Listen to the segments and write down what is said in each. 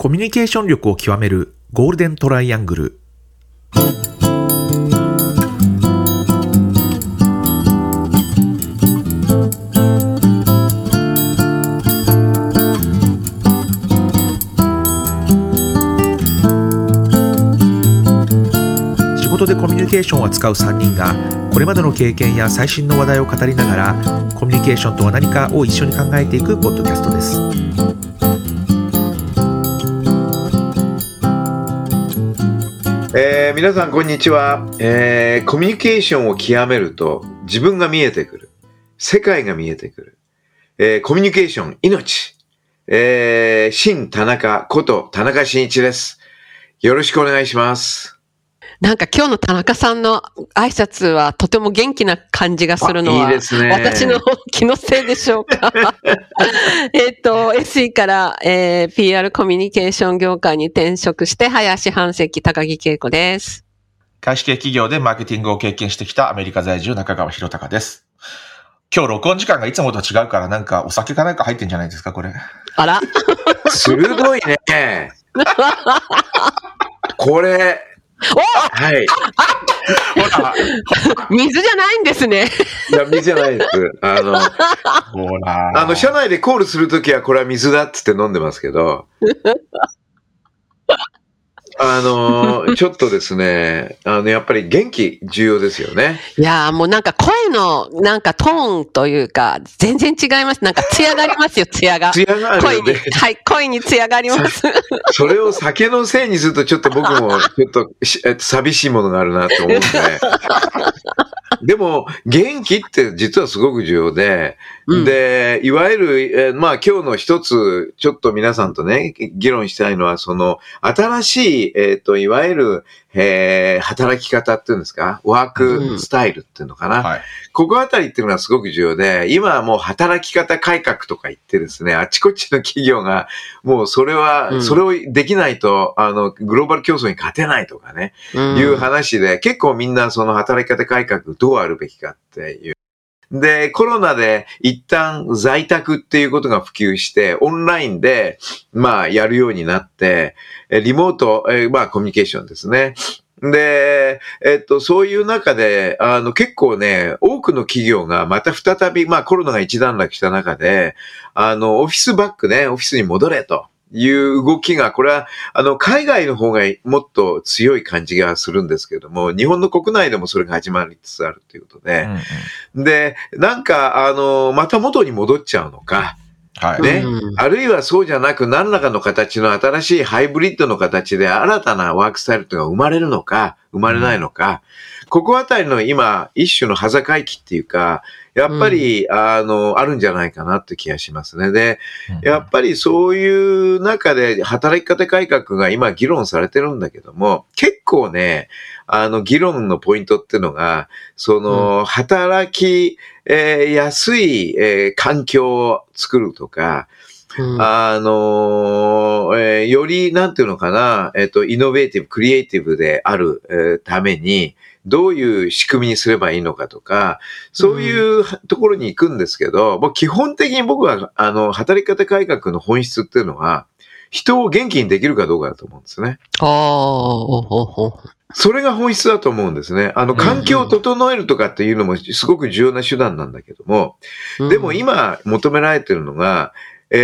コミュニケーション力を極めるゴールデントライアングル。仕事でコミュニケーションを扱う3人がこれまでの経験や最新の話題を語りながらコミュニケーションとは何かを一緒に考えていくポッドキャストです。 皆さんこんにちは。コミュニケーションを極めると自分が見えてくる、世界が見えてくる、コミュニケーション命、新田中こと田中真一です。よろしくお願いします。 なんか今日の田中さんの挨拶はとても元気な感じがするのは、 いいですね、 私の気のせいでしょうか。SE から、PR コミュニケーション業界に転職して林半世紀高木恵子です。 外資系企業でマーケティングを経験してきたアメリカ在住中川博隆です。今日録音時間がいつもと違うからなんかお酒かなんか入ってんじゃないですかこれ。 あら鋭いね。これはい。 水じゃないんですね。 いや、水じゃないです。 ほら。 社内でコールするときはこれは水だっつって飲んでますけど、ちょっとですね、やっぱり元気重要ですよね。 いやーもうなんか声のなんかトーンというか全然違います。なんか艶がありますよ、艶が。 艶があるよね。 はい、声に艶があります。 それを酒のせいにするとちょっと僕もちょっと寂しいものがあるなと思うんで。でも、元気って実はすごく重要で、で、いわゆる、今日の一つ、ちょっと皆さんとね、議論したいのは、新しい、いわゆる、働き方っていうんですか、ワークスタイルっていうのかな。はい、ここあたりっていうのはすごく重要で、今はもう働き方改革とか言ってですね、あちこちの企業が、もうそれをできないと、グローバル競争に勝てないとかね、いう話で、結構みんなその働き方改革どうあるべきかっていう。で、コロナで一旦在宅っていうことが普及して、オンラインで、やるようになって、リモート、コミュニケーションですね。で、そういう中で、結構ね、多くの企業がまた再び、コロナが一段落した中で、オフィスバックね、オフィスに戻れと。いう動きが、これは、海外の方がもっと強い感じがするんですけれども、日本の国内でもそれが始まりつつあるということで、で、なんか、また元に戻っちゃうのか、はい。ね。あるいはそうじゃなく、何らかの形の新しいハイブリッドの形で新たなワークスタイルというのが生まれるのか、生まれないのか、ここあたりの今、一種の端境期っていうか、やっぱり、あるんじゃないかなって気がしますね。で、やっぱりそういう中で働き方改革が今議論されてるんだけども、結構ね、議論のポイントっていうのが、働き、やすい、環境を作るとか、より、なんていうのかな、イノベーティブ、クリエイティブである、ために、どういう仕組みにすればいいのかとか、そういうところに行くんですけど、もう基本的に僕は、働き方改革の本質っていうのは、人を元気にできるかどうかだと思うんですね。それが本質だと思うんですね。環境を整えるとかっていうのもすごく重要な手段なんだけども、でも今求められてるのが、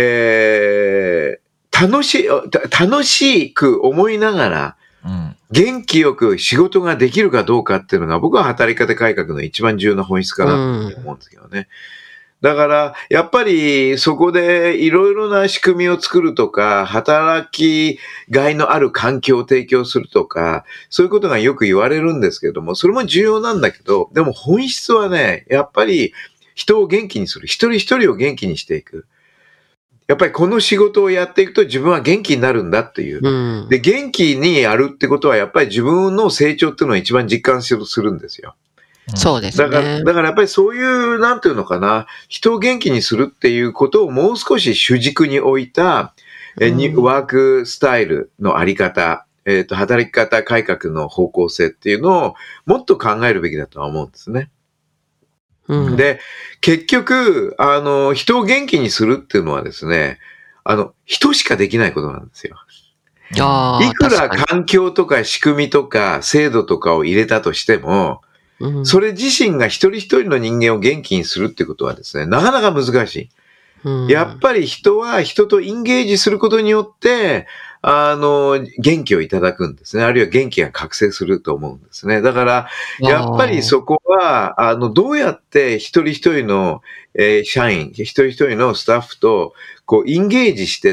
楽しく思いながら、元気よく仕事ができるかどうかっていうのが僕は働き方改革の一番重要な本質かなと思うんですけどね。だから、やっぱりそこでいろいろな仕組みを作るとか、働きがいのある環境を提供するとか、そういうことがよく言われるんですけども、それも重要なんだけど、でも本質はね、やっぱり人を元気にする。一人一人を元気にしていく。やっぱりこの仕事をやっていくと自分は元気になるんだっていう。で、元気にやるってことはやっぱり自分の成長っていうのを一番実感しようとするんですよ。 そうですね。 だからやっぱりそういう、なんていうのかな、人を元気にするっていうことをもう少し主軸に置いた、ワークスタイルのあり方、働き方改革の方向性っていうのをもっと考えるべきだとは思うんですね。で、結局、人を元気にするっていうのはですね、人しかできないことなんですよ。 いくら環境とか仕組みとか制度とかを入れたとしても、それ自身が一人一人の人間を元気にするってことはですね、なかなか難しい。やっぱり人は人とインゲージすることによって、元気をいただくんですね。あるいは元気が覚醒すると思うんですね。だから、やっぱりそこは、どうやって一人一人の、社員、一人一人のスタッフと、こう、インゲージしてって、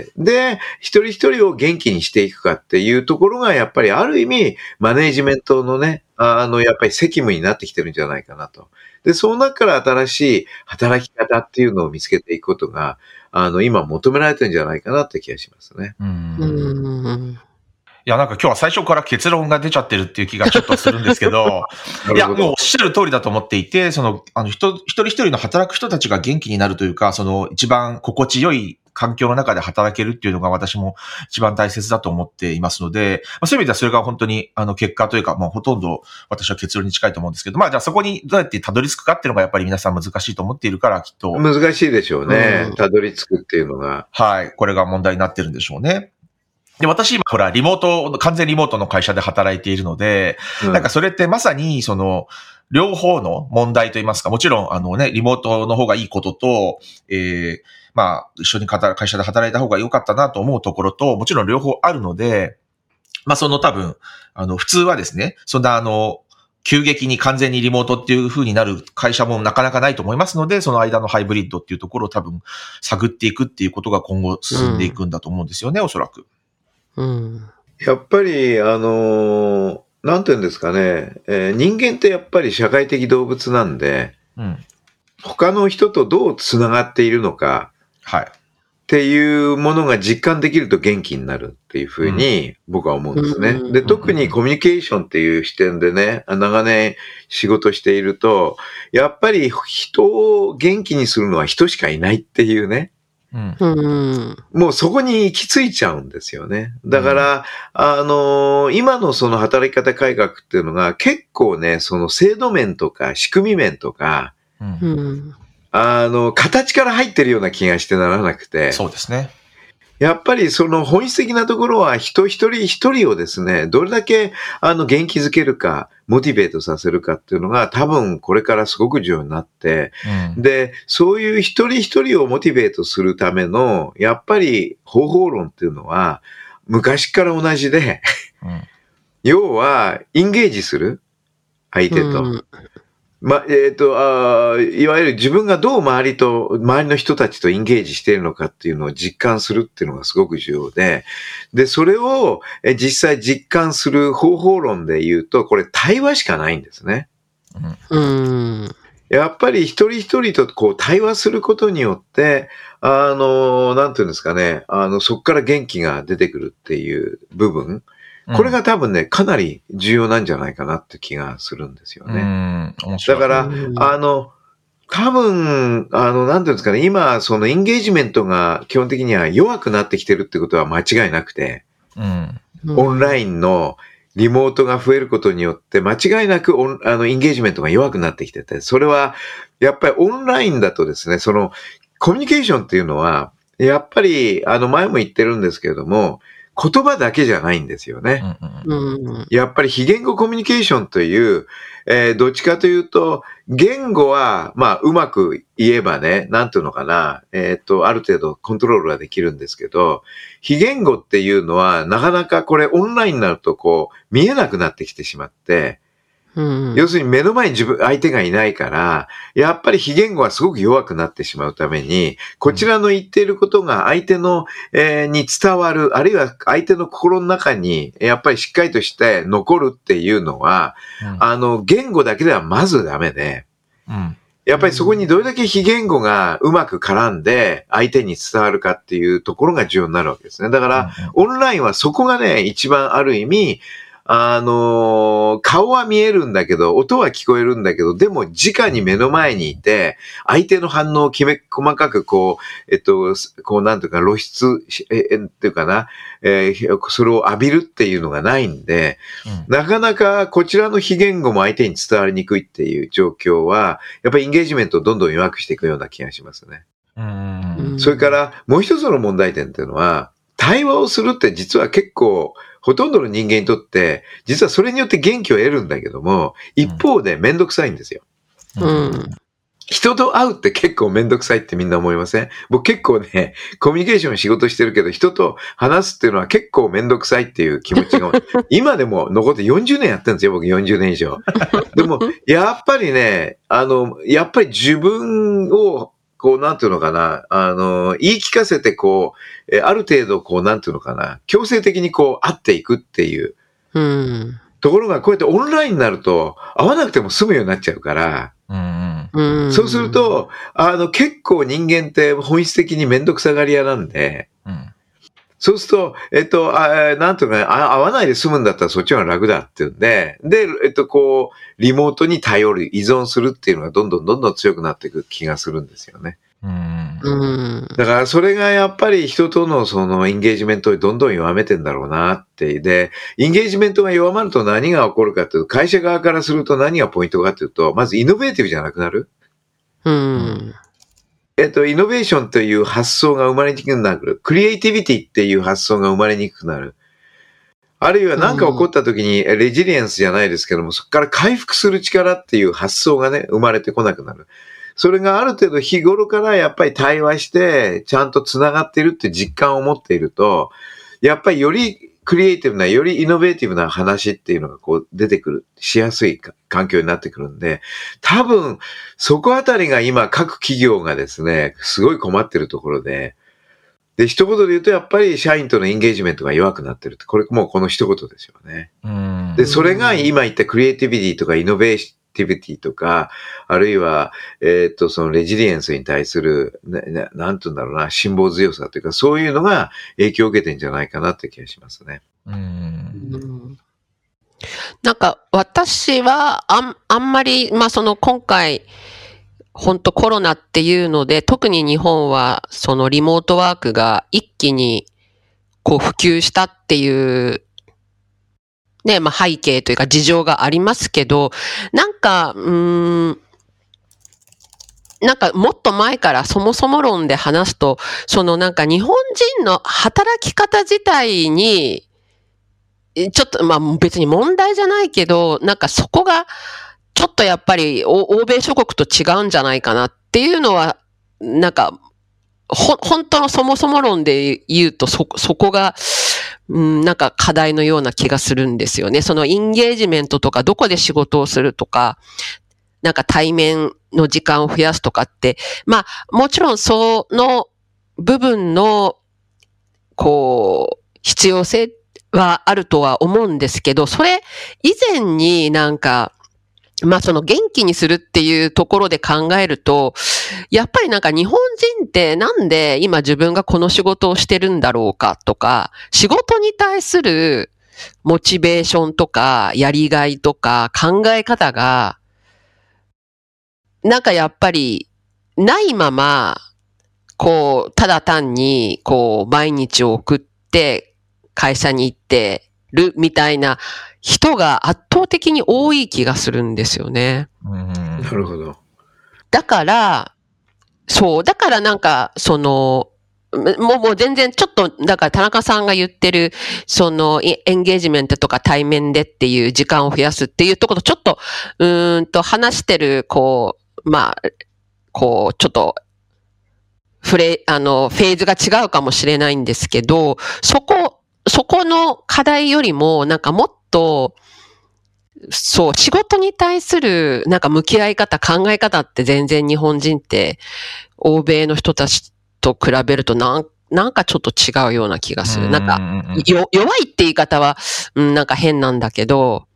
で、一人一人を元気にしていくかっていうところが、やっぱりある意味、マネージメントのね、やっぱり責務になってきてるんじゃないかなと。で、その中から新しい働き方っていうのを見つけていくことが、今求められてるんじゃないかなって気がしますね。 いや、なんか今日は最初から結論が出ちゃってるっていう気がちょっとするんですけど、いや、もうおっしゃる通りだと思っていて、一人一人の働く人たちが元気になるというか、一番心地よい環境の中で働けるっていうのが私も一番大切だと思っていますので、そういう意味ではそれが本当に結果というか、もうほとんど私は結論に近いと思うんですけど、じゃあそこにどうやってたどり着くかっていうのがやっぱり皆さん難しいと思っているからきっと。 難しいでしょうね。たどり着くっていうのが。 はい。これが問題になってるんでしょうね。で、私今、ほら、完全リモートの会社で働いているので、なんかそれってまさに、両方の問題といいますか、もちろん、リモートの方がいいことと、一緒に会社で働いた方が良かったなと思うところと、もちろん両方あるので、多分、普通はですね、そんな急激に完全にリモートっていう風になる会社もなかなかないと思いますので、その間のハイブリッドっていうところを多分探っていくっていうことが今後進んでいくんだと思うんですよね、おそらく。 やっぱり、なんていうんですかね、人間ってやっぱり社会的動物なんで、他の人とどうつながっているのか、っていうものが実感できると元気になるっていうふうに僕は思うんですね。で、特にコミュニケーションっていう視点でね、長年仕事していると、やっぱり人を元気にするのは人しかいないっていうね。もうそこに行き着いちゃうんですよね。だから、今のその働き方改革っていうのが結構ね、その制度面とか仕組み面とか、形から入ってるような気がしてならなくて。 そうですね。 やっぱりその本質的なところは人一人一人をですね、どれだけ元気づけるか、モチベートさせるかっていうのが多分これからすごく重要になって、で、そういう一人一人をモチベートするための、やっぱり方法論っていうのは昔から同じで、要はインゲージする相手と。いわゆる自分がどう周りの人たちとインゲージしているのかっていうのを実感するっていうのがすごく重要で、で、それを実際実感する方法論で言うと、これ対話しかないんですね。やっぱり一人一人とこう対話することによって、なんていうんですかね、そこから元気が出てくるっていう部分、これが多分ね、かなり重要なんじゃないかなって気がするんですよね。だから、多分、なんていうんですかね、今、そのエンゲージメントが基本的には弱くなってきてるってことは間違いなくて、オンラインのリモートが増えることによって、間違いなくエンゲージメントが弱くなってきてて、それは、やっぱりオンラインだとですね、その、コミュニケーションっていうのは、やっぱり、前も言ってるんですけれども、言葉だけじゃないんですよね。やっぱり非言語コミュニケーションという、どっちかというと、言語は、うまく言えばね、なんていうのかな、ある程度コントロールができるんですけど、非言語っていうのは、なかなかこれオンラインになるとこう、見えなくなってきてしまって、要するに目の前に相手がいないから、やっぱり非言語はすごく弱くなってしまうために、こちらの言っていることが相手の、に伝わる、あるいは相手の心の中に、やっぱりしっかりとして残るっていうのは、言語だけではまずダメで、やっぱりそこにどれだけ非言語がうまく絡んで相手に伝わるかっていうところが重要になるわけですね。だから、オンラインはそこがね、一番ある意味、顔は見えるんだけど、音は聞こえるんだけど、でも直に目の前にいて、相手の反応を細かくこうなんていうか露出、っていうかな、それを浴びるっていうのがないんで、なかなかこちらの非言語も相手に伝わりにくいっていう状況は、やっぱりエンゲージメントをどんどん弱くしていくような気がしますね。それからもう一つの問題点っていうのは、 対話をするって実は結構、ほとんどの人間にとって、実はそれによって元気を得るんだけども、一方でめんどくさいんですよ。人と会うって結構めんどくさいってみんな思いません？僕結構ね、コミュニケーションの仕事してるけど、人と話すっていうのは結構めんどくさいっていう気持ちが、今でも残って40年やってるんですよ、僕40年以上。でも、やっぱりね、やっぱり自分を、こう、なんていうのかな、言い聞かせて、こう、ある程度、こう、なんていうのかな、強制的にこう、会っていくっていう。ところが、こうやってオンラインになると、会わなくても済むようになっちゃうから、そうすると、結構人間って本質的にめんどくさがり屋なんで、そうすると、なんとかね、会わないで済むんだったらそっちの方が楽だっていうんで、で、こう、リモートに頼る、依存するっていうのがどんどん強くなっていく気がするんですよね。だからそれがやっぱり人とのそのエンゲージメントをどんどん弱めてんだろうなって。で、エンゲージメントが弱まると何が起こるかっていうと、会社側からすると何がポイントかっていうと、まずイノベーティブじゃなくなる。イノベーションという発想が生まれにくくなる。クリエイティビティっていう発想が生まれにくくなる。あるいは何か起こった時にレジリエンスじゃないですけども、そこから回復する力っていう発想がね、生まれてこなくなる。それがある程度日頃からやっぱり対話して、ちゃんと繋がっているって実感を持っていると、やっぱりよりクリエイティブな、よりイノベーティブな話っていうのがこう出てくる、しやすい環境になってくるんで、多分、そこあたりが今各企業がですね、すごい困ってるところで、で、一言で言うとやっぱり社員とのエンゲージメントが弱くなってるって、これもうこの一言ですよね。で、それが今言ったクリエイティビティとかイノベーション、ティビティとか、あるいは、そのレジリエンスに対する、なんて言うんだろうな、辛抱強さというか、そういうのが影響を受けてんじゃないかなって気がしますね。 なんか、私は、あんまり、まあ、その今回、本当コロナっていうので、特に日本は、そのリモートワークが一気に、こう普及したっていう、ね、まあ背景というか事情がありますけど、なんかもっと前からそもそも論で話すと、そのなんか日本人の働き方自体に、ちょっとまあ別に問題じゃないけど、なんかそこがちょっとやっぱり欧米諸国と違うんじゃないかなっていうのは、なんか本当のそもそも論で言うとそこが、なんか課題のような気がするんですよね。そのインゲージメントとかどこで仕事をするとか、なんか対面の時間を増やすとかって、まあもちろんその部分のこう必要性はあるとは思うんですけど、それ以前になんかまあその元気にするっていうところで考えると、やっぱりなんか日本人ってなんで今自分がこの仕事をしてるんだろうかとか、仕事に対するモチベーションとかやりがいとか考え方が、なんかやっぱりないまま、こう、ただ単にこう毎日を送って会社に行ってるみたいな人が圧倒的に多い気がするんですよね。 なるほど。 だから、だからなんか、もう全然ちょっと、だから田中さんが言ってる、そのエンゲージメントとか対面でっていう時間を増やすっていうところとちょっと、話してる、こう、まあ、こう、ちょっと、フェーズが違うかもしれないんですけど、そこの課題よりも、なんかもっと、そう、仕事に対する、なんか向き合い方、考え方って全然日本人って、欧米の人たちと比べるとなんかちょっと違うような気がする。なんか、弱いって言い方は、なんか変なんだけど、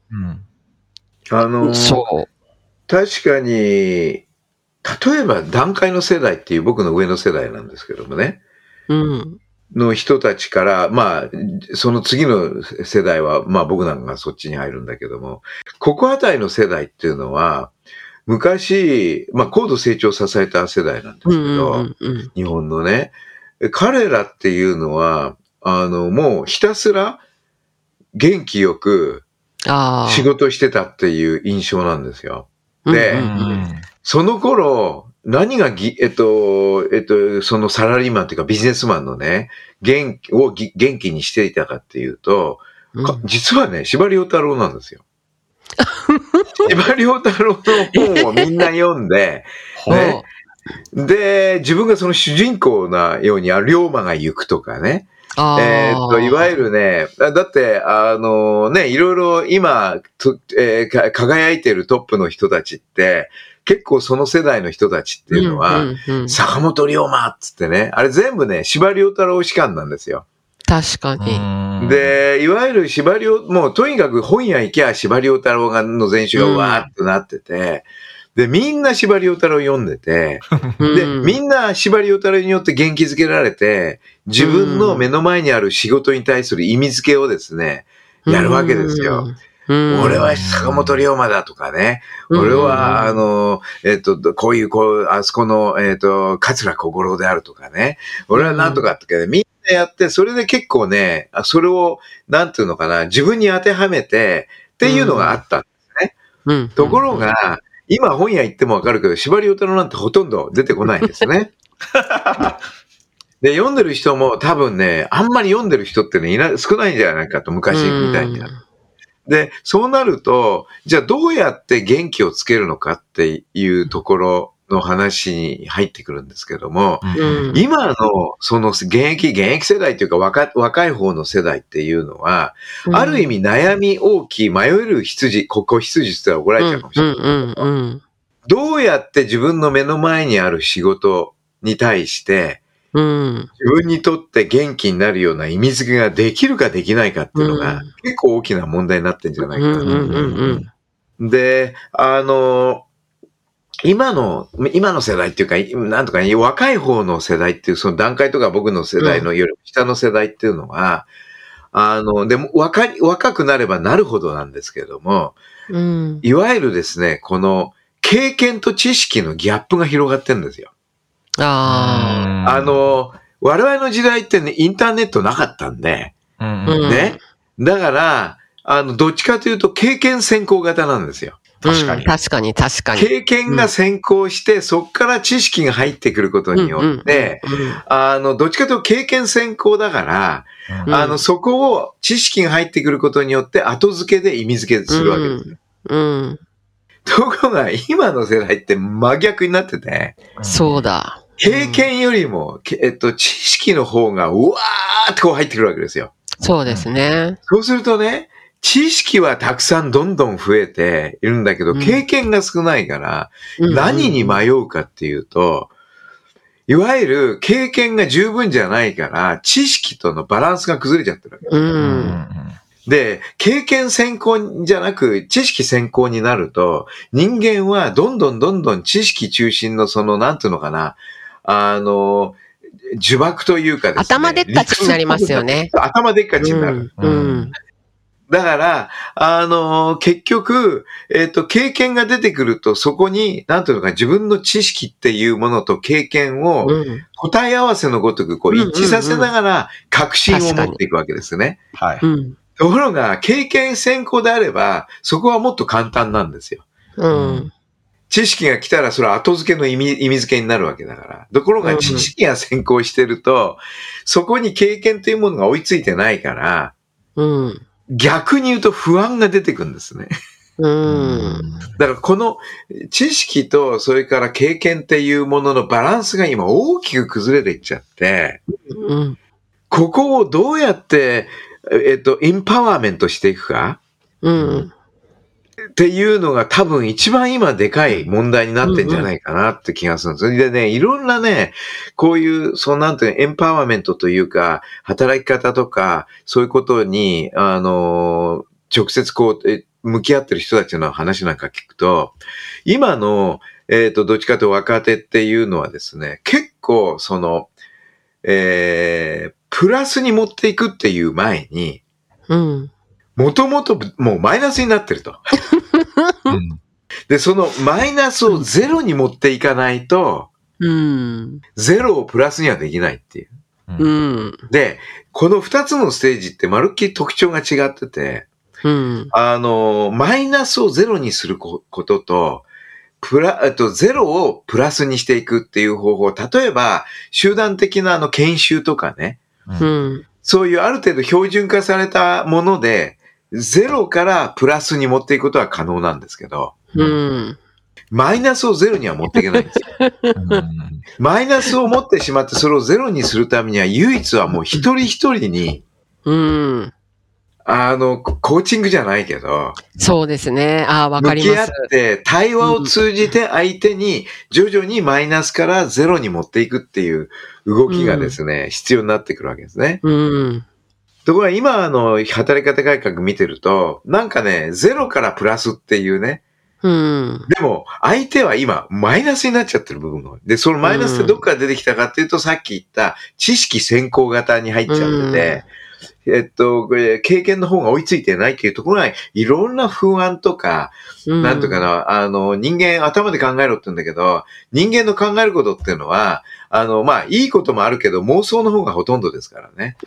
そう。確かに、例えば団塊の世代っていう僕の上の世代なんですけどもね。の人たちから、まあ、その次の世代は、まあ僕なんかがそっちに入るんだけども、ここあたりの世代っていうのは、昔、まあ高度成長を支えた世代なんですけど、日本のね、彼らっていうのは、もうひたすら元気よく仕事してたっていう印象なんですよ。で、その頃、 何がそのサラリーマンというかビジネスマンのね、元気にしていたかっていうと、実はね、司馬遼太郎なんですよ。司馬遼太郎の本をみんな読んで、ね、で、自分がその主人公なように、龍馬が行くとかね。いわゆるね、だって、いろいろ今、輝いてるトップの人たちって、結構その世代の人たちっていうのは、坂本龍馬っつってね、あれ全部ね、司馬遼太郎士官なんですよ。 確かに。 で、いわゆるもうとにかく本屋行きゃ司馬遼太郎の全集がわーっとなってて、で、みんな司馬遼太郎読んでて、で、みんな司馬遼太郎によって元気づけられて、自分の目の前にある仕事に対する意味付けをですね、やるわけですよ。俺は坂本龍馬だとかね。俺は、あそこの、桂小五郎であるとかね。俺はなんとかって、みんなやって、それで結構ね、それを、なんていうのかな、自分に当てはめて、っていうのがあったんですね。ところが、今本屋行ってもわかるけど、司馬遼太郎なんてほとんど出てこないんですね。で、読んでる人も多分ね、あんまり読んでる人ってね、少ないんじゃないかと、昔みたいに。で、そうなると、じゃあどうやって元気をつけるのかっていうところの話に入ってくるんですけども、今のその現役世代というか若い方の世代っていうのは、ある意味悩み大きい迷える羊、子羊って言ったら怒られちゃうかもしれない。どうやって自分の目の前にある仕事に対して、自分にとって元気になるような意味付けができるかできないかっていうのが結構大きな問題になってんじゃないかな。で、今の世代っていうか、なんとか若い方の世代っていうその段階とか僕の世代のより下の世代っていうのは、でも若くなればなるほどなんですけれども、いわゆるですね、この経験と知識のギャップが広がってるんですよ。我々の時代ってね、インターネットなかったんで、ね。だから、どっちかというと経験先行型なんですよ。 確かに。 経験が先行して、そこから知識が入ってくることによって、どっちかというと経験先行だから、そこを知識が入ってくることによって後付けで意味付けするわけです。ところが、今の世代って真逆になってて。 そうだ。 経験よりも、知識の方が、うわーってこう入ってくるわけですよ。 そうですね。 そうするとね、知識はたくさんどんどん増えているんだけど、経験が少ないから、何に迷うかっていうと、いわゆる経験が十分じゃないから、知識とのバランスが崩れちゃってるわけです。で、経験先行じゃなく知識先行になると、人間はどんどん知識中心のその、なんていうのかな、呪縛というかですね。 頭でっかちになりますよね。 頭でっかちになる。だから、結局、経験が出てくると、そこに、なんていうのか、自分の知識っていうものと経験を、答え合わせのごとく、こう、一致させながら、確信を持っていくわけですね。はい。ところが、経験先行であれば、そこはもっと簡単なんですよ。知識が来たら、それは後付けの意味付けになるわけだから。ところが、知識が先行してると、そこに経験というものが追いついてないから、逆に言うと不安が出てくるんですね。だからこの知識とそれから経験っていうもののバランスが今大きく崩れていっちゃって、ここをどうやってインパワーメントしていくか、っていうのが多分一番今でかい問題になってんじゃないかなって気がするんです。でね、いろんなね、こういう、なんていうエンパワーメントというか、働き方とか、そういうことに、直接こう、向き合ってる人たちの話なんか聞くと、今の、どっちかというと若手っていうのはですね、結構、プラスに持っていくっていう前に、もともともうマイナスになってると。で、そのマイナスをゼロに持っていかないと、ゼロをプラスにはできないっていう。で、この2つのステージってまるっきり特徴が違ってて、マイナスをゼロにすることと、 ゼロをプラスにしていくっていう方法、例えば、集団的な研修とかね、 うん。 そういうある程度標準化されたもので、ゼロからプラスに持っていくことは可能なんですけど、 うん。 マイナスをゼロには持っていけないんですよ。マイナスを持ってしまってそれをゼロにするためには唯一はもう一人一人に、 うん。 コーチングじゃないけど、 そうですね。わかります。 向き合って対話を通じて相手に徐々にマイナスからゼロに持っていくっていう動きがですね、必要になってくるわけですね。 うん。 ところが今働き方改革見てると、なんかね、ゼロからプラスっていうね、 うん。 でも、相手は今、マイナスになっちゃってる部分が。で、そのマイナスってどこから出てきたかっていうと、さっき言った知識先行型に入っちゃってて、これ経験の方が追いついてないっていうところが、いろんな不安とか、なんとかな、人間頭で考えろって言うんだけど、人間の考えることっていうのは、いいこともあるけど、妄想の方がほとんどですからね。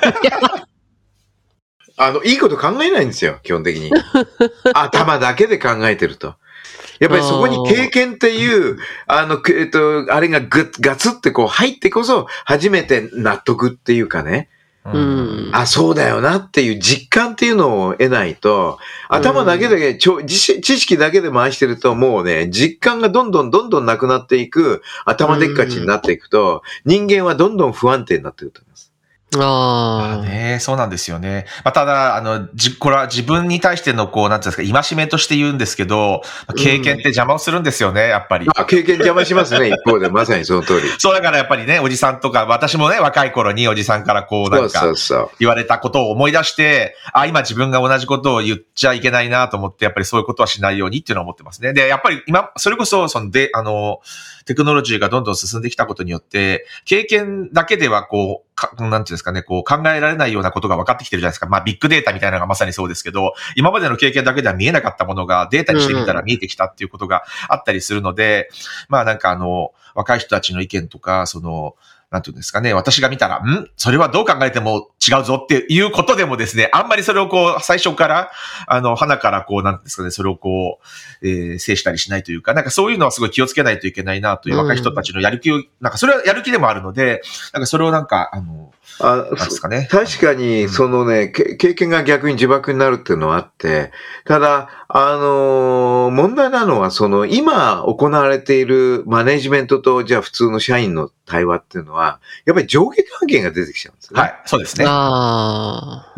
いいこと考えないんですよ、基本的に。頭だけで考えてると。やっぱりそこに経験っていう、あれがガツってこう入ってこそ、初めて納得っていうかね。そうだよなっていう実感っていうのを得ないと、頭だけで、知識だけで回してるともうね、実感がどんどんなくなっていく、頭でっかちになっていくと、人間はどんどん不安定になっていくと思います。 そうなんですよね。ただ、これは自分に対しての、なんていうんですか、戒めとして言うんですけど、経験って邪魔をするんですよね、やっぱり。 経験邪魔しますね、一方で、まさにその通り。 そう、だからやっぱりね、おじさんとか、私もね、若い頃におじさんから言われたことを思い出して、今自分が同じことを言っちゃいけないなと思って、やっぱりそういうことはしないようにっていうのは思ってますね。で、やっぱり今、それこそ、テクノロジーがどんどん進んできたことによって、経験だけではなんていうんですかね、考えられないようなことが分かってきてるじゃないですか。ビッグデータみたいなのがまさにそうですけど、今までの経験だけでは見えなかったものがデータにしてみたら見えてきたっていうことがあったりするので、若い人たちの意見とか、なんていうんですかね、私が見たら、それはどう考えても違うぞっていうことでもですね、あんまりそれを最初から、鼻からなんですかね、それを制したりしないというか、そういうのはすごい気をつけないといけないなという若い人たちのやる気を、それはやる気でもあるので、それをなんですかね。 確かに、経験が逆に呪縛になるっていうのはあって、ただ、問題なのは、今行われているマネジメントと、じゃあ普通の社員の対話っていうのは、やっぱり上下関係が出てきちゃうんですね。 はい、そうですね。だから、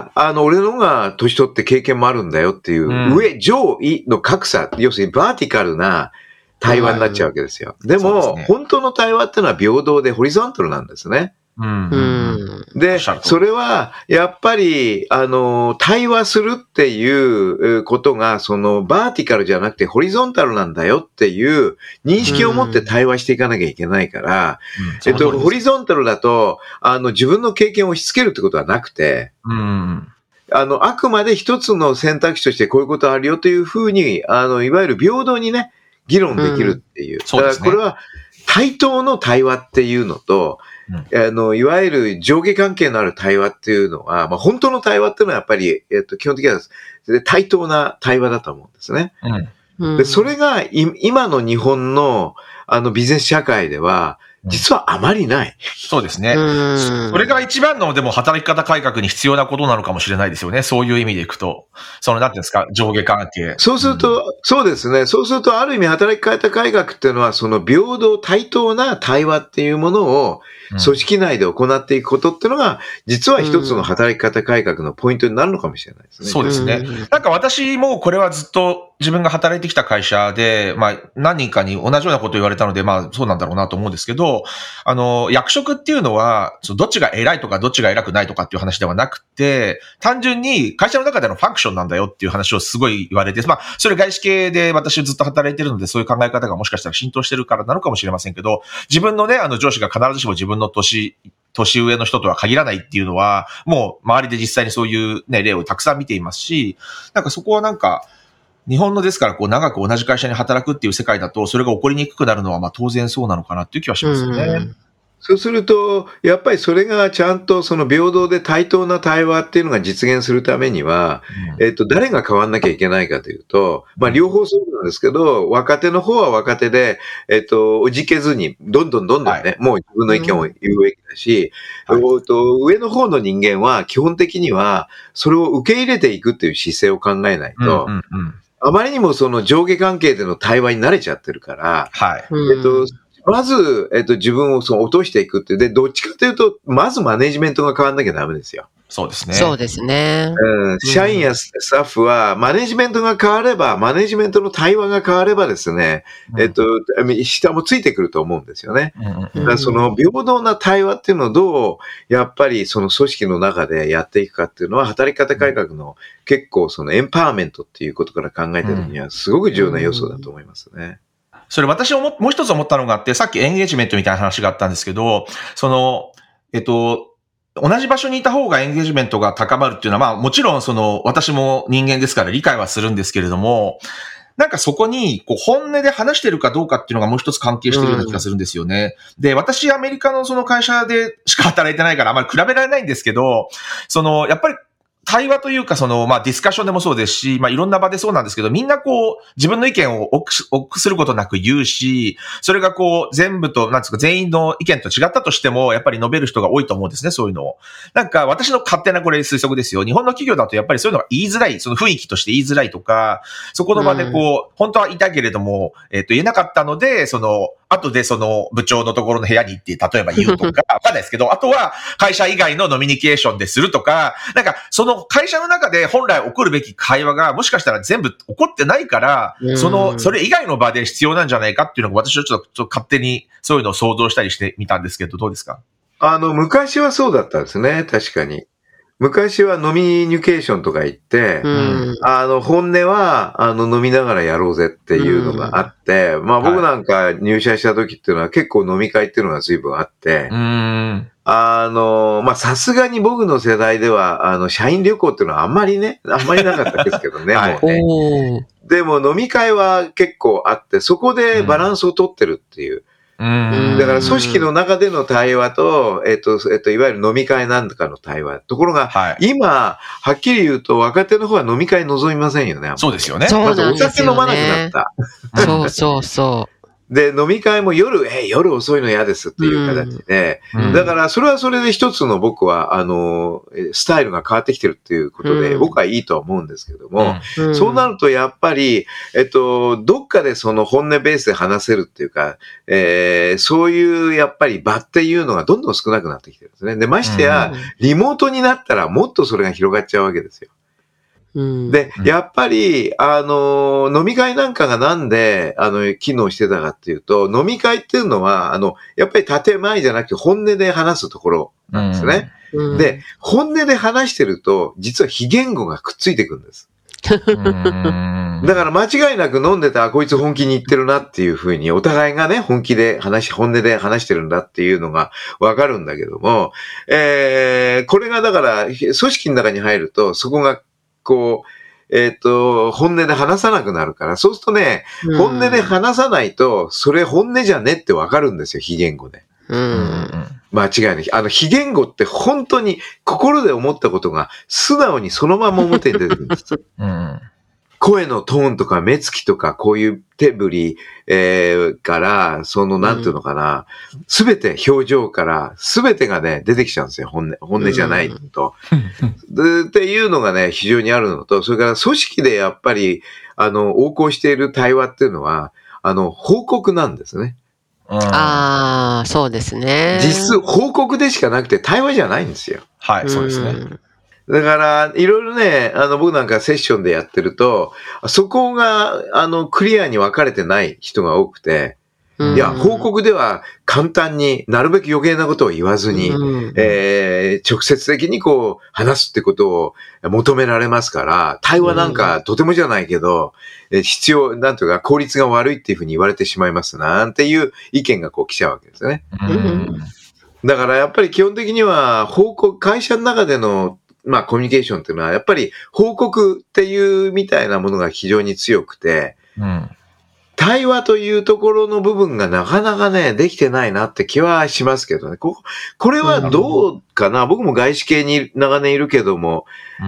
俺の方が年取って経験もあるんだよっていう、上、上位の格差、要するにバーティカルな対話になっちゃうわけですよ。でも、本当の対話っていうのは平等でホリゾンタルなんですね。で、それは、やっぱり、対話するっていうことが、バーティカルじゃなくてホリゾンタルなんだよっていう認識を持って対話していかなきゃいけないから、ホリゾンタルだと、自分の経験を押し付けるってことはなくて、あくまで一つの選択肢としてこういうことあるよというふうに、いわゆる平等にね、議論できるっていう。だからこれは、対等の対話っていうのと、いわゆる上下関係のある対話っていうのは、本当の対話っていうのはやっぱり、基本的には対等な対話だと思うんですね。で、それが今の日本のビジネス社会では、実はあまりない。 そうですね。それが一番の、でも働き方改革に必要なことなのかもしれないですよね。そういう意味でいくと。なんていうんですか、上下関係。 そうすると、そうですね。そうすると、ある意味働き方改革っていうのは、平等、対等な対話っていうものを、組織内で行っていくことっていうのが、実は一つの働き方改革のポイントになるのかもしれないですね。 そうですね。私もこれはずっと自分が働いてきた会社で、何人かに同じようなことを言われたので、そうなんだろうなと思うんですけど、役職っていうのは、どっちが偉いとかどっちが偉くないとかっていう話ではなくて、単純に会社の中でのファンクションなんだよっていう話をすごい言われて、それ外資系で私ずっと働いてるので、そういう考え方がもしかしたら浸透してるからなのかもしれませんけど、自分のね、上司が必ずしも自分の年上の人とは限らないっていうのは、もう周りで実際にそういうね、例をたくさん見ていますし、そこは日本のですから、長く同じ会社に働くっていう世界だと、それが起こりにくくなるのは、当然そうなのかなっていう気はしますよね。 そうすると、やっぱりそれがちゃんとその平等で対等な対話っていうのが実現するためには、誰が変わんなきゃいけないかというと、両方そうなんですけど、若手の方は若手で、おじけずに、どんどんね、もう自分の意見を言うべきだし、上の方の人間は基本的には、それを受け入れていくっていう姿勢を考えないと、あまりにもその上下関係での対話に慣れちゃってるから、まず、自分を落としていくって。で、どっちかというと、まずマネジメントが変わんなきゃダメですよ。 そうですね。 そうですね。 社員やスタッフは、マネジメントが変われば、マネジメントの対話が変わればですね、下もついてくると思うんですよね。だからその平等な対話っていうのをどう、やっぱりその組織の中でやっていくかっていうのは、働き方改革の結構そのエンパワーメントっていうことから考えてるには、すごく重要な要素だと思いますね。 それ私もう一つ思ったのがあって、さっきエンゲージメントみたいな話があったんですけど、その、同じ場所にいた方がエンゲージメントが高まるっていうのは、もちろん私も人間ですから理解はするんですけれども、なんかそこに、本音で話してるかどうかっていうのがもう一つ関係してるような気がするんですよね。で、私、アメリカのその会社でしか働いてないからあまり比べられないんですけど、やっぱり、対話というか、ディスカッションでもそうですし、いろんな場でそうなんですけど、みんな自分の意見を臆することなく言うし、それが全部と、全員の意見と違ったとしても、やっぱり述べる人が多いと思うんですね、そういうのを。なんか、私の勝手な推測ですよ。日本の企業だとやっぱりそういうのが言いづらい、その雰囲気として言いづらいとか、そこの場で本当は言いたいけれども、言えなかったので、後で部長のところの部屋に行って、例えば言うとか、わかんないですけど、あとは会社以外のノミニケーションでするとか、なんか、会社の中で本来起こるべき会話がもしかしたら全部起こってないから、それ以外の場で必要なんじゃないかっていうのが私はちょっと勝手にそういうのを想像したりしてみたんですけど、どうですか？ 昔はそうだったんですね、確かに。昔はノミニケーションとか言って、本音は、飲みながらやろうぜっていうのがあって、僕なんか入社した時っていうのは結構飲み会っていうのが随分あって、さすがに僕の世代では、社員旅行っていうのはあんまりなかったですけどね、もうね。でも飲み会は結構あって、そこでバランスを取ってるっていう。だから組織の中での対話と、いわゆる飲み会なんとかの対話。ところが、今、はっきり言うと若手の方は飲み会望みませんよね。 そうですよね。 そうなんですよね。 お酒飲まなくなった。 そう。 で、飲み会も夜遅いの嫌ですっていう形で、だからそれはそれで一つの僕は、スタイルが変わってきてるっていうことで、僕はいいとは思うんですけども、そうなるとやっぱり、どっかでその本音ベースで話せるっていうか、そういうやっぱり場っていうのがどんどん少なくなってきてるんですね。で、ましてや、リモートになったらもっとそれが広がっちゃうわけですよ。で、やっぱり、飲み会なんかがなんで、機能してたかっていうと、飲み会っていうのは、やっぱり建前じゃなくて本音で話すところなんですね。で、本音で話してると、実は非言語がくっついてくるんです。だから間違いなく飲んでた、こいつ本気に言ってるなっていうふうに、お互いがね、本音で話してるんだっていうのがわかるんだけども、これがだから、組織の中に入ると、そこが本音で話さなくなるから、そうするとね、本音で話さないと、それ本音じゃねってわかるんですよ、非言語で。間違いない。非言語って本当に心で思ったことが素直にそのまま表に出てくるんです。声のトーンとか目つきとか、こういう手振り、から、なんていうのかな、すべて表情からすべてがね、出てきちゃうんですよ。本音じゃないと。っていうのがね、非常にあるのと、それから組織でやっぱり、横行している対話っていうのは、報告なんですね。 そうですね。 実質報告でしかなくて対話じゃないんですよ。 はい、そうですね。 だから、いろいろね、僕なんかセッションでやってると、そこが、クリアに分かれてない人が多くて、いや、報告では簡単になるべく余計なことを言わずに、直接的に話すってことを求められますから、対話なんかとてもじゃないけど、なんというか効率が悪いっていうふうに言われてしまいますなんていう意見が来ちゃうわけですね。だからやっぱり基本的には会社の中でのコミュニケーションっていうのは、やっぱり報告っていうみたいなものが非常に強くて、 対話というところの部分がなかなかね、できてないなって気はしますけどね。これはどうかな、僕も外資系に長年いるけども、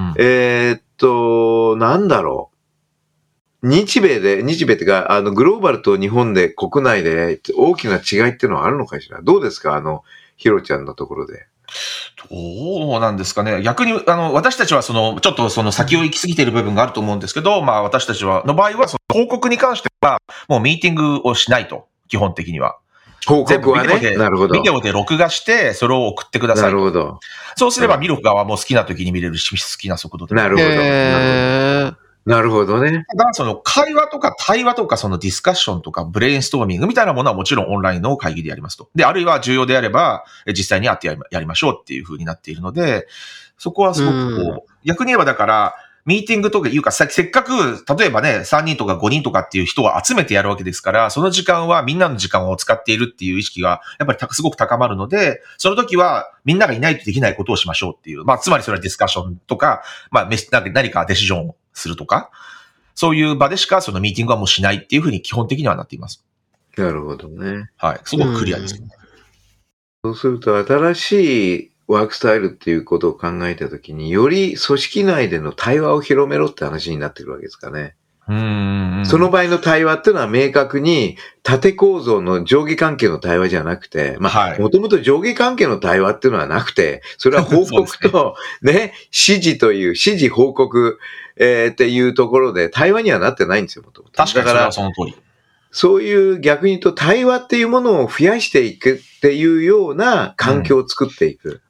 なんだろう。日米っていうか、グローバルと日本で国内で大きな違いっていうのはあるのかしら。どうですかヒロちゃんのところで。 どうなんですかね。逆に、私たちはちょっと先を行き過ぎている部分があると思うんですけど、まあ私たちの場合は、報告に関しては、もうミーティングをしないと、基本的には。 報告はね。なるほど。 ビデオで録画して、それを送ってください。 なるほど。 そうすれば見る側も好きな時に見れるし、好きな速度で。 なるほど。なるほどね。 ただ、会話とか対話とか、ディスカッションとか、ブレインストーミングみたいなものはもちろんオンラインの会議でやりますと。で、あるいは重要であれば、実際に会ってやりましょうっていう風になっているので、そこはすごく逆に言えばだから、ミーティングとかいうか、せっかく、例えばね、3人とか5人とかっていう人を集めてやるわけですから、その時間はみんなの時間を使っているっていう意識が、やっぱりすごく高まるので、その時はみんながいないとできないことをしましょうっていう。まあ、つまりそれはディスカッションとか、まあ、何かデシジョンをするとか、そういう場でしかミーティングはもうしないっていうふうに基本的にはなっています。 なるほどね。 はい。すごくクリアです。 そうすると、新しいワークスタイルっていうことを考えたときに、より組織内での対話を広めろって話になってくるわけですかね。その場合の対話っていうのは明確に縦構造の上下関係の対話じゃなくて、まあ、もともと上下関係の対話っていうのはなくて、それは報告とね、指示報告、っていうところで対話にはなってないんですよ、もともと。 確かにそれはその通り。 そういう逆に言うと対話っていうものを増やしていくっていうような環境を作っていく。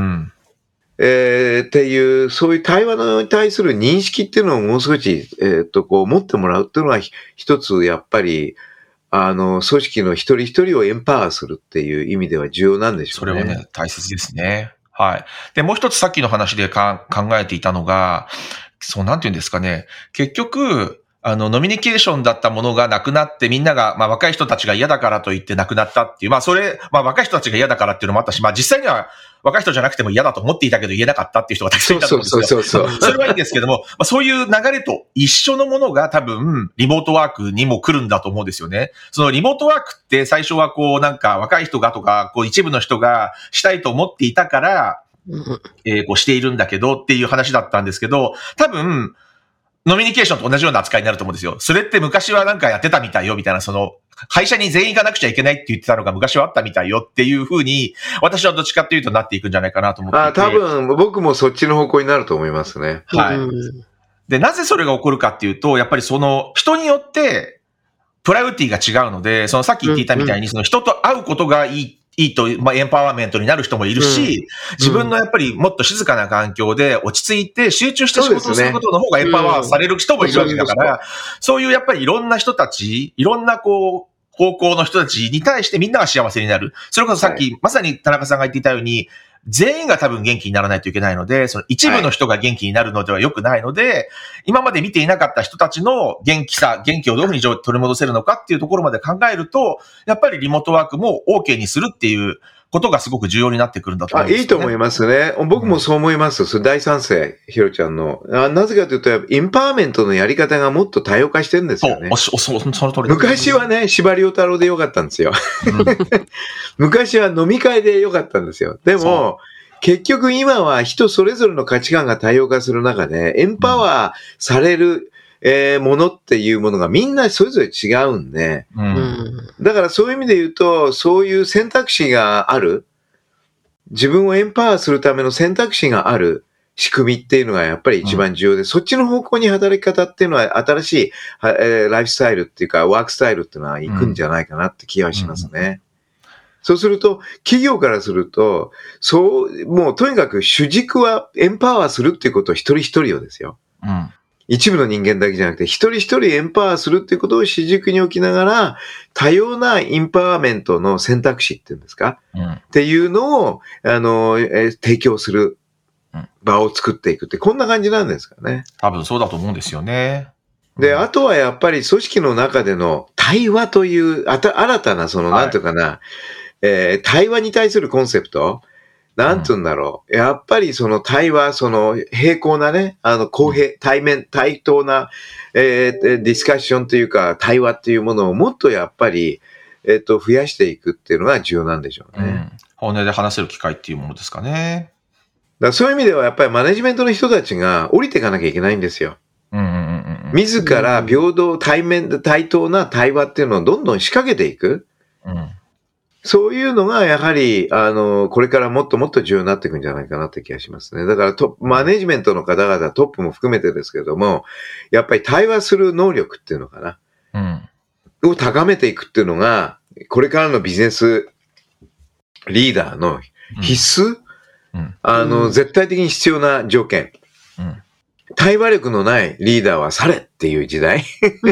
っていう、そういう対話に対する認識っていうのをもう少し、持ってもらうっていうのは一つやっぱり、組織の一人一人をエンパワーするっていう意味では重要なんでしょうね。 それはね、大切ですね。はい。で、もう一つさっきの話で考えていたのが、なんていうんですかね。結局、ノミニケーションだったものがなくなって、みんなが、まあ若い人たちが嫌だからと言ってなくなったっていう、まあ若い人たちが嫌だからっていうのもあったし、まあ実際には若い人じゃなくても嫌だと思っていたけど言えなかったっていう人がたくさんいたと思うんですよ。それはいいんですけども、まあそういう流れと一緒のものが多分、リモートワークにも来るんだと思うんですよね。そのリモートワークって最初は若い人がとか、一部の人がしたいと思っていたから、しているんだけどっていう話だったんですけど、多分、ノミニケーションと同じような扱いになると思うんですよ。それって昔はやってたみたいよみたいな、会社に全員行かなくちゃいけないって言ってたのが昔はあったみたいよっていう風に、私はどっちかっていうとなっていくんじゃないかなと思っていて。 多分、僕もそっちの方向になると思いますね。 はい。で、なぜそれが起こるかっていうと、やっぱり人によって、プライオリティが違うので、さっき言っていたみたいに、人と会うことがいいと、まあ、エンパワーメントになる人もいるし、自分のやっぱりもっと静かな環境で落ち着いて集中して仕事をすることの方がエンパワーされる人もいるわけだから、そういうやっぱりいろんな人たち、いろんな方向の人たちに対してみんなが幸せになる。それこそさっき、まさに田中さんが言っていたように、全員が多分元気にならないといけないので、一部の人が元気になるのでは良くないので、今まで見ていなかった人たちの元気をどういうふうに取り戻せるのかっていうところまで考えると、やっぱりリモートワークも OK にするっていうことがすごく重要になってくるんだと思います、ね。 いいと思いますね。僕もそう思います。それ大賛成、ひろちゃんの。なぜかというと、インパワーメントのやり方がもっと多様化してるんですよね。 その通り。 昔はね、司馬遼太郎でよかったんですよ。昔は飲み会でよかったんですよ。でも、結局今は人それぞれの価値観が多様化する中で、エンパワーされる、ものっていうものがみんなそれぞれ違うんで、だからそういう意味で言うと、そういう選択肢がある、自分をエンパワーするための選択肢がある仕組みっていうのがやっぱり一番重要で、そっちの方向に働き方っていうのは新しい、ライフスタイルっていうかワークスタイルっていうのは行くんじゃないかなって気はしますね。そうすると、企業からすると、もうとにかく主軸はエンパワーするっていうことを一人一人をですよ。一部の人間だけじゃなくて、一人一人エンパワーするっていうことを主軸に置きながら、多様なインパワーメントの選択肢っていうんですか、っていうのを、提供する場を作っていくって、こんな感じなんですかね。 多分そうだと思うんですよね。 で、あとはやっぱり組織の中での対話という、新たななんていうかな、対話に対するコンセプト、 なんつうんだろう。やっぱりその対話、その平行なね、公平、対等な、ディスカッションというか、対話っていうものをもっとやっぱり、増やしていくっていうのが重要なんでしょうね。 本音で話せる機会っていうものですかね。 だからそういう意味ではやっぱりマネジメントの人たちが降りていかなきゃいけないんですよ。自ら平等、対等な対話っていうのをどんどん仕掛けていく。そういうのがやはり、これからもっともっと重要になっていくんじゃないかなって気がしますね。だからマネジメントの方々、トップも含めてですけれども、やっぱり対話する能力っていうのかな。を高めていくっていうのが、これからのビジネスリーダーの必須、絶対的に必要な条件。対話力のないリーダーは去れっていう時代。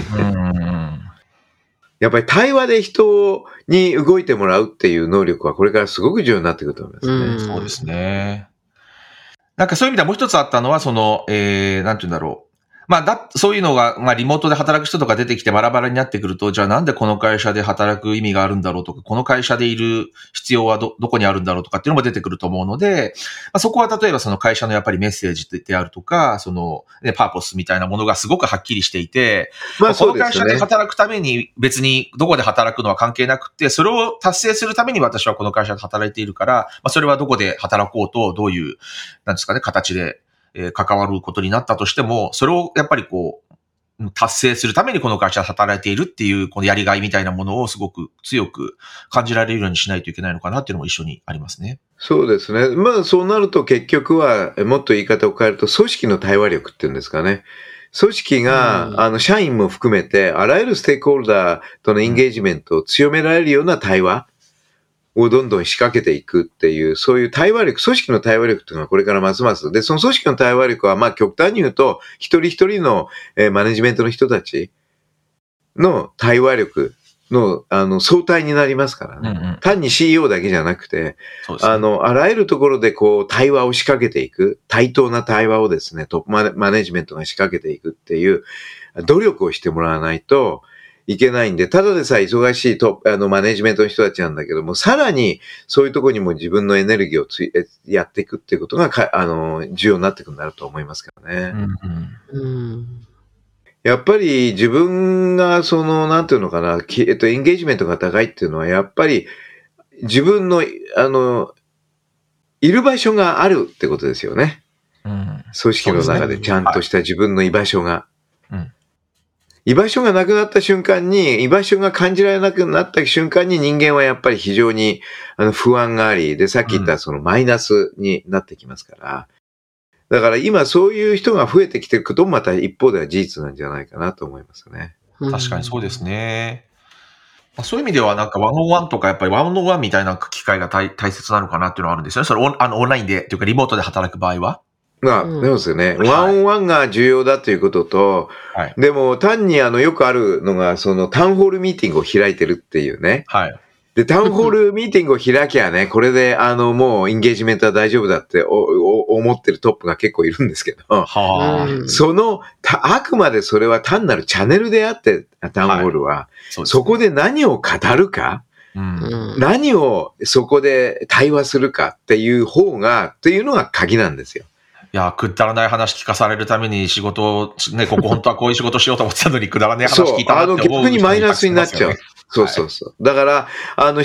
やっぱり対話で人に動いてもらうっていう能力はこれからすごく重要になってくると思いますね。 そうですね。なんかそういう意味ではもう一つあったのは、その、なんて言うんだろう。そういうのが、リモートで働く人とか出てきてバラバラになってくると、じゃあなんでこの会社で働く意味があるんだろうとか、この会社でいる必要はどこにあるんだろうとかっていうのも出てくると思うので、そこは例えばその会社のやっぱりメッセージであるとか、その、パーポスみたいなものがすごくはっきりしていて、この会社で働くために別にどこで働くのは関係なくて、それを達成するために私はこの会社で働いているから、それはどこで働こうと、どういう、なんですかね、形で、関わることになったとしても、それをやっぱり達成するためにこの会社で働いているっていう、このやりがいみたいなものをすごく強く感じられるようにしないといけないのかなっていうのも一緒にありますね。 そうですね。そうなると結局は、もっと言い方を変えると、組織の対話力っていうんですかね。組織が、社員も含めて、あらゆるステークホルダーとのエンゲージメントを強められるような対話をどんどん仕掛けていくっていう、そういう対話力、組織の対話力っていうのはこれからますます。で、その組織の対話力は、極端に言うと、一人一人の、マネジメントの人たちの対話力の、相対になりますからね。単に CEO だけじゃなくて、あらゆるところで対話を仕掛けていく、対等な対話をですね、トップマネジメントが仕掛けていくっていう努力をしてもらわないと、いけないんで、ただでさえ忙しいマネジメントの人たちなんだけども、さらにそういうところにも自分のエネルギーをやっていくっていうことが重要になってくるんだろうと思いますからね。やっぱり自分がなんていうのかな、エンゲージメントが高いっていうのは、やっぱり自分の、いる場所があるってことですよね。組織の中でちゃんとした自分の居場所が。居場所がなくなった瞬間に、居場所が感じられなくなった瞬間に人間はやっぱり非常に不安があり、で、さっき言ったマイナスになってきますから。だから今そういう人が増えてきてることもまた一方では事実なんじゃないかなと思いますね。 確かにそうですね。そういう意味ではなんかワンオンワンとかやっぱりワンオンワンみたいな機会が大切なのかなっていうのはあるんですよね。それオンラインで、というかリモートで働く場合は。 そうですよね。ワンオンワンが重要だということと、でも単によくあるのが、タウンホールミーティングを開いてるっていうね。で、タウンホールミーティングを開きゃね、これでもうエンゲージメントは大丈夫だって思ってるトップが結構いるんですけど、あくまでそれは単なるチャンネルであって、タウンホールは、そこで何を語るか、何をそこで対話するかっていうのが鍵なんですよ。 いや、くだらない話聞かされるために仕事を、ね、ここ本当はこういう仕事しようと思ってたのにくだらない話聞いたなって思う。 逆にマイナスになっちゃう。そう。だから、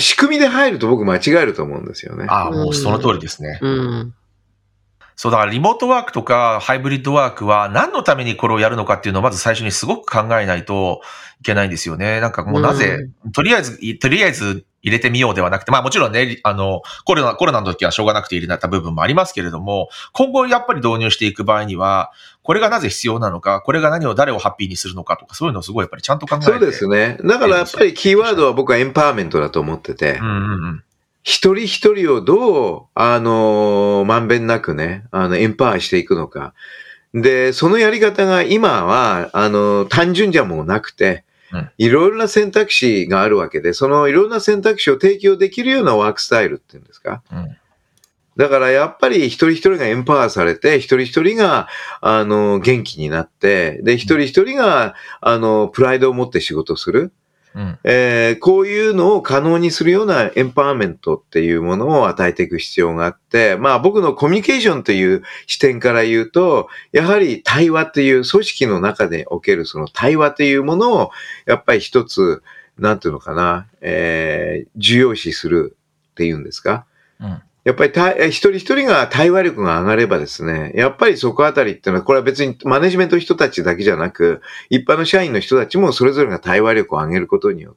仕組みで入ると僕間違えると思うんですよね。 もうその通りですね。そう、だからリモートワークとかハイブリッドワークは何のためにこれをやるのかっていうのをまず最初にすごく考えないといけないんですよね。なんかもうなぜ、とりあえず入れてみようではなくて、もちろんね、コロナの時はしょうがなくて入れなった部分もありますけれども、今後やっぱり導入していく場合には、これがなぜ必要なのか、これが誰をハッピーにするのかとか、そういうのをすごいやっぱりちゃんと考えて。 そうですね。だからやっぱりキーワードは僕はエンパワーメントだと思ってて、一人一人をどう、まんべんなくね、エンパワーしていくのか。で、そのやり方が今は、単純じゃもうなくて、いろいろな選択肢があるわけで、そのいろんな選択肢を提供できるようなワークスタイルっていうんですか。だからやっぱり一人一人がエンパワーされて、一人一人が、元気になって、で、一人一人が、プライドを持って仕事する。 こういうのを可能にするようなエンパワーメントっていうものを与えていく必要があって、まあ僕のコミュニケーションという視点から言うと、やはり対話っていう組織の中でおけるその対話というものを、やっぱり一つ、なんていうのかな、重要視するっていうんですか。やっぱり一人一人が対話力が上がればですね、やっぱりそこあたりっていうのは、これは別にマネジメントの人たちだけじゃなく、一般の社員の人たちもそれぞれが対話力を上げることによって、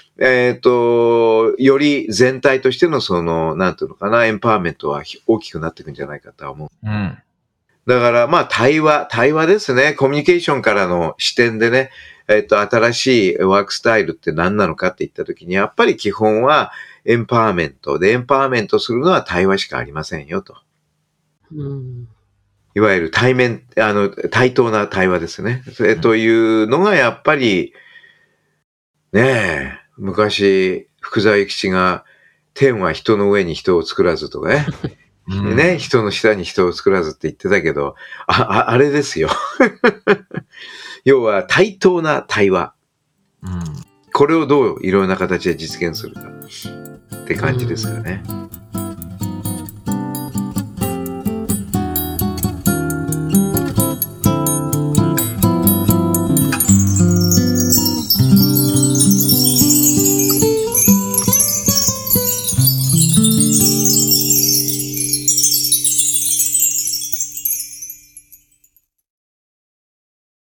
より全体としてのその、なんていうのかな、エンパワーメントは大きくなっていくんじゃないかとは思う。だからまあ対話ですね。コミュニケーションからの視点でね、新しいワークスタイルって何なのかって言ったときに、やっぱり基本はエンパワーメントで、エンパワーメントするのは対話しかありませんよと。いわゆる対等な対話ですね。というのがやっぱり、ねえ、昔、福沢諭吉が、天は人の上に人を作らずとかね。ね、人の下に人を作らずって言ってたけど、あれですよ。要は対等な対話。これをどういろんな形で実現するかって感じですかね。